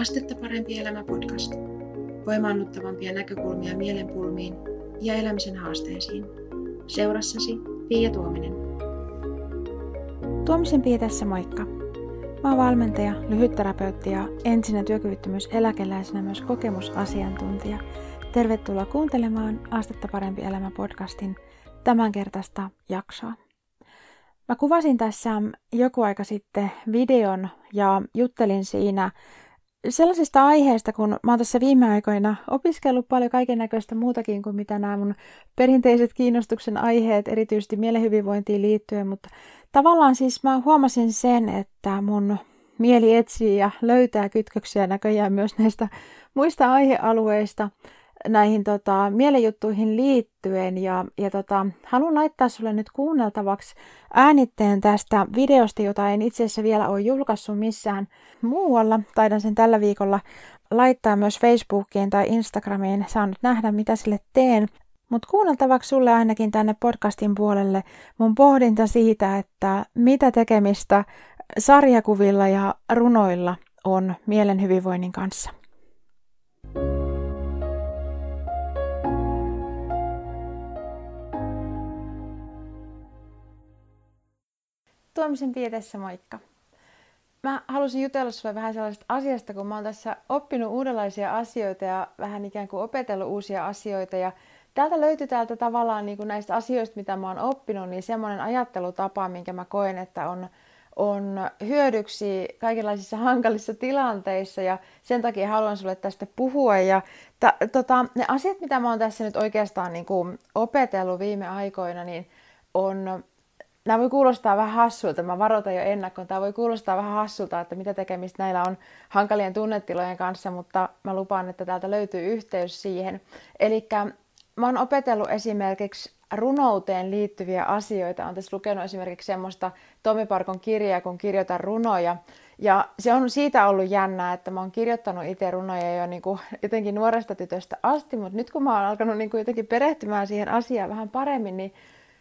Astetta parempi elämä podcast. Voimaannuttavampia näkökulmia mielenpulmiin ja elämisen haasteisiin. Seurassasi Pia Tuominen. Tuomisen Pia tässä, moikka. Mä oon valmentaja, lyhytterapeutti ja entisenä työkyvyttömyyseläkeläisenä myös kokemusasiantuntija. Tervetuloa kuuntelemaan Astetta parempi elämä podcastin tämänkertaista jaksoa. Mä kuvasin tässä joku aika sitten videon ja juttelin siinä sellaisista aiheista, kun mä oon tässä viime aikoina opiskellut paljon kaikennäköistä muutakin kuin mitä nämä mun perinteiset kiinnostuksen aiheet, erityisesti mielenhyvinvointiin liittyen, mutta tavallaan siis mä huomasin sen, että mun mieli etsii ja löytää kytköksiä näköjään myös näistä muista aihealueista näihin mielenjuttuihin liittyen ja haluan laittaa sulle nyt kuunneltavaksi äänitteen tästä videosta, jota en itse asiassa vielä ole julkaissut missään muualla. Taidan sen tällä viikolla laittaa myös Facebookiin tai Instagramiin. Saan nyt nähdä, mitä sille teen. Mutta kuunneltavaksi sulle ainakin tänne podcastin puolelle mun pohdinta siitä, että mitä tekemistä sarjakuvilla ja runoilla on mielen hyvinvoinnin kanssa. Tuomisen Pia tässä, moikka. Mä halusin jutella sulle vähän sellaisesta asiasta, kun mä oon tässä oppinut uudenlaisia asioita ja vähän ikään kuin opetellut uusia asioita. Ja täältä löytyy tavallaan niin kuin näistä asioista, mitä mä oon oppinut, niin semmoinen ajattelutapa, minkä mä koen, että on hyödyksi kaikenlaisissa hankalissa tilanteissa. Ja sen takia haluan sulle tästä puhua. Ja ne asiat, mitä mä oon tässä nyt oikeastaan niin kuin opetellut viime aikoina, niin nämä voi kuulostaa vähän hassulta, mä varoitan jo ennakkoon, tämä voi kuulostaa vähän hassulta, että mitä tekemistä näillä on hankalien tunnetilojen kanssa, mutta mä lupaan, että täältä löytyy yhteys siihen. Eli mä oon opetellut esimerkiksi runouteen liittyviä asioita. Olen tässä lukenut esimerkiksi semmoista Tommi Parkon kirjaa, kun kirjoitan runoja. Ja se on siitä ollut jännää, että mä oon kirjoittanut itse runoja jo niin kuin jotenkin nuoresta tytöstä asti, mutta nyt kun mä oon alkanut niin kuin jotenkin perehtymään siihen asiaan vähän paremmin, niin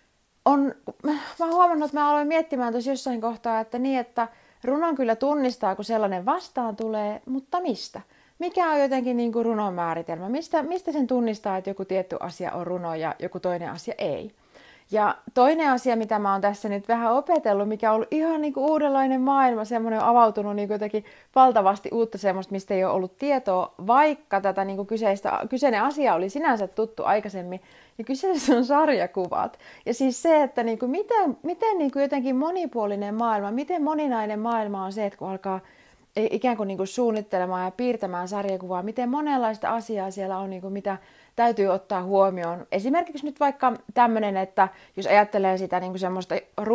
mä oon huomannut, että mä aloin miettimään tuossa jossain kohtaa, että runon kyllä tunnistaa, kun sellainen vastaan tulee, mutta mistä? Mikä on jotenkin niin kuin runon määritelmä? Mistä sen tunnistaa, että joku tietty asia on runo ja joku toinen asia ei? Ja toinen asia, mitä mä oon tässä nyt vähän opetellut, mikä on ollut ihan niin kuin uudenlainen maailma, semmoinen on avautunut niin kuin jotenkin valtavasti uutta semmoista, mistä ei ole ollut tietoa, vaikka tätä niin kuin kyseinen asia oli sinänsä tuttu aikaisemmin, niin kyseessä on sarjakuvat. Ja siis se, että niin kuin miten niin kuin jotenkin monipuolinen maailma, miten moninainen maailma on se, että kun alkaa ikään kuin suunnittelemaan ja piirtämään sarjakuvaa, miten monenlaista asiaa siellä on, niin kuin mitä täytyy ottaa huomioon. Esimerkiksi nyt vaikka tämmöinen, että jos ajattelee sitä niin kuin semmoista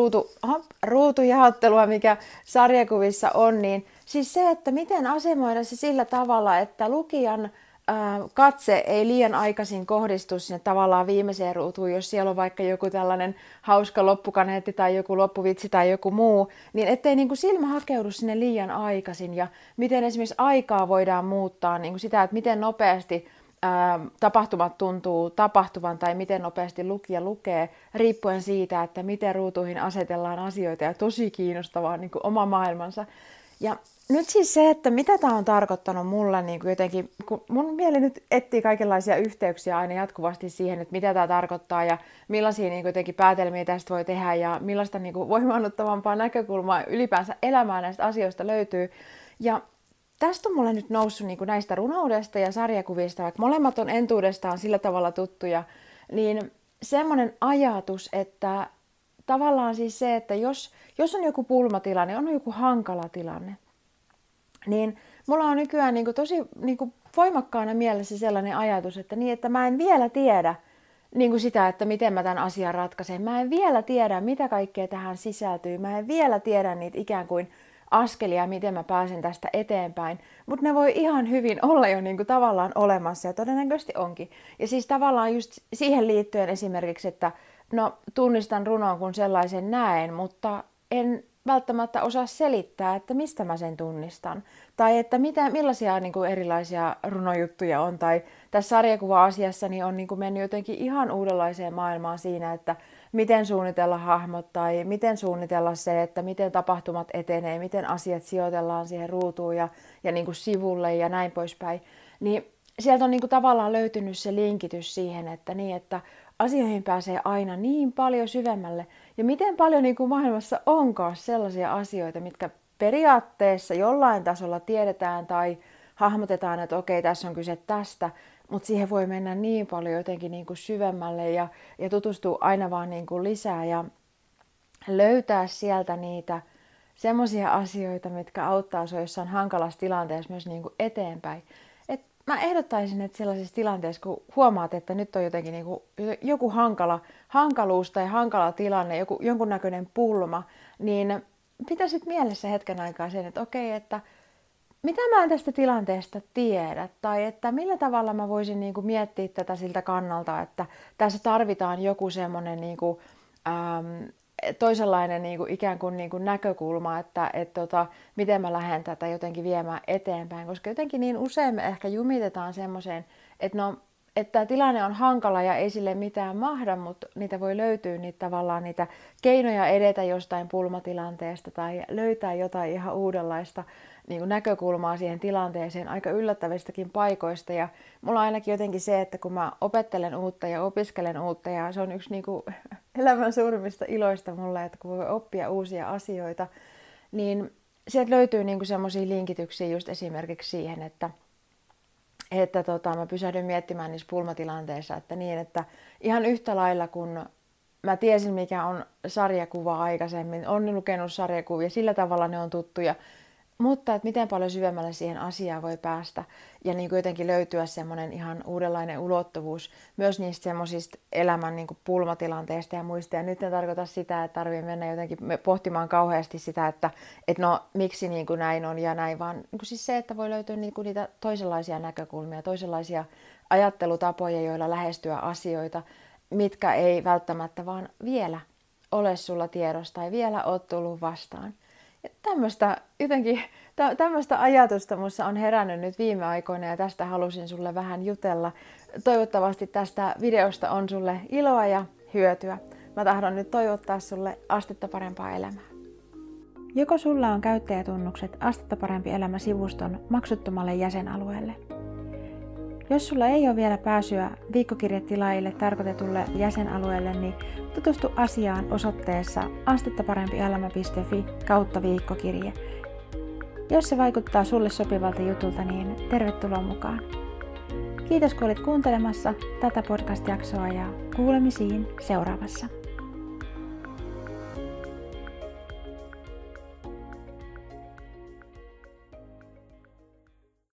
ruutujaottelua, mikä sarjakuvissa on, niin siis se, että miten asemoida se sillä tavalla, että lukijan katse ei liian aikaisin kohdistu sinne tavallaan viimeiseen ruutuun, jos siellä on vaikka joku tällainen hauska loppukaneetti tai joku loppuvitsi tai joku muu, niin ettei niin kuin silmä hakeudu sinne liian aikaisin ja miten esimerkiksi aikaa voidaan muuttaa niin kuin sitä, että miten nopeasti tapahtumat tuntuu tapahtuvan tai miten nopeasti lukija lukee, riippuen siitä, että miten ruutuihin asetellaan asioita ja tosi kiinnostavaa niin kuin oma maailmansa. Ja nyt siis se, että mitä tämä on tarkoittanut mulle niin kuin jotenkin, kun mun mieli nyt etsii kaikenlaisia yhteyksiä aina jatkuvasti siihen, että mitä tämä tarkoittaa ja millaisia niin kuin jotenkin päätelmiä tästä voi tehdä ja millaista niin kuin voimaannuttavampaa näkökulmaa ylipäänsä elämään näistä asioista löytyy. Ja tästä on mulle nyt noussut niin kuin näistä runoudesta ja sarjakuvista, vaikka molemmat on entuudestaan sillä tavalla tuttuja, niin semmoinen ajatus, että tavallaan siis se, että jos on joku pulmatilanne, on joku hankala tilanne, niin mulla on nykyään niin kuin tosi niin kuin voimakkaana mielessä sellainen ajatus, että mä en vielä tiedä niin kuin sitä, että miten mä tämän asian ratkaisen. Mä en vielä tiedä, mitä kaikkea tähän sisältyy. Mä en vielä tiedä niitä ikään kuin askelia, miten mä pääsen tästä eteenpäin. Mutta ne voi ihan hyvin olla jo niin kuin tavallaan olemassa ja todennäköisesti onkin. Ja siis tavallaan just siihen liittyen esimerkiksi, että tunnistan runon kun sellaisen näen, mutta en välttämättä osaa selittää, että mistä mä sen tunnistan. Tai että millaisia niin kuin erilaisia runojuttuja on. Tai tässä sarjakuva-asiassa niin on niin kuin mennyt jotenkin ihan uudenlaiseen maailmaan siinä, että miten suunnitella hahmot tai miten suunnitella se, että miten tapahtumat etenee, miten asiat sijoitellaan siihen ruutuun ja niin kuin sivulle ja näin poispäin. Niin sieltä on niin kuin tavallaan löytynyt se linkitys siihen, että asioihin pääsee aina niin paljon syvemmälle. Ja miten paljon niin kuin maailmassa onkaan sellaisia asioita, mitkä periaatteessa jollain tasolla tiedetään tai hahmotetaan, että okei, tässä on kyse tästä, mutta siihen voi mennä niin paljon jotenkin niin kuin syvemmälle ja tutustua aina vaan niin kuin lisää ja löytää sieltä niitä semmoisia asioita, mitkä auttaa sinua jossain hankalassa tilanteessa myös niin kuin eteenpäin. Mä ehdottaisin, että sellaisessa tilanteessa, kun huomaat, että nyt on jotenkin niin kuin joku hankaluus tai hankala tilanne, jonkunnäköinen pulma, niin pitäisit mielessä hetken aikaa sen, että okei, että mitä mä en tästä tilanteesta tiedä, tai että millä tavalla mä voisin niin kuin miettiä tätä siltä kannalta, että tässä tarvitaan joku semmoinen niin kuin, toisenlainen niin kuin ikään kuin, näkökulma, että miten mä lähden tätä jotenkin viemään eteenpäin, koska jotenkin niin usein me ehkä jumitetaan semmoiseen, että tämä tilanne on hankala ja ei sille mitään mahda, mutta niitä voi löytyä niitä keinoja edetä jostain pulmatilanteesta tai löytää jotain ihan uudenlaista niin kuin näkökulmaa siihen tilanteeseen aika yllättävistäkin paikoista. Ja mulla on ainakin jotenkin se, että kun mä opettelen uutta ja opiskelen uutta ja se on yksi niin kuin elämän suurimmista iloista mulle, että kun voi oppia uusia asioita, niin sieltä löytyy niin kuin semmoisia linkityksiä just esimerkiksi siihen, että mä pysähdyn miettimään niissä pulmatilanteissa, että ihan yhtä lailla kun mä tiesin mikä on sarjakuva aikaisemmin, on lukenut sarjakuvia, sillä tavalla ne on tuttuja, mutta että miten paljon syvemmälle siihen asiaan voi päästä ja niin kuin jotenkin löytyä semmoinen ihan uudenlainen ulottuvuus myös niistä semmoisista elämän niin kuin pulmatilanteista ja muista. Ja nyt en tarkoita sitä, että tarvii mennä jotenkin pohtimaan kauheasti sitä, että no miksi niin kuin näin on ja näin, vaan niin kuin siis se, että voi löytyä niin kuin niitä toisenlaisia näkökulmia, toisenlaisia ajattelutapoja, joilla lähestyä asioita, mitkä ei välttämättä vaan vielä ole sulla tiedossa tai vielä ole tullut vastaan. Tämmöistä ajatusta minussa on herännyt nyt viime aikoina ja tästä halusin sulle vähän jutella. Toivottavasti tästä videosta on sulle iloa ja hyötyä. Mä tahdon nyt toivottaa sulle astetta parempaa elämää. Joko sulla on käyttäjätunnukset Astetta parempi elämä -sivuston maksuttomalle jäsenalueelle? Jos sulla ei ole vielä pääsyä viikkokirjetilaajille tarkoitetulle jäsenalueelle, niin tutustu asiaan osoitteessa astettaparempielämä.fi/viikkokirje. Jos se vaikuttaa sulle sopivalta jutulta, niin tervetuloa mukaan. Kiitos kun olit kuuntelemassa tätä podcast-jaksoa ja kuulemisiin seuraavassa.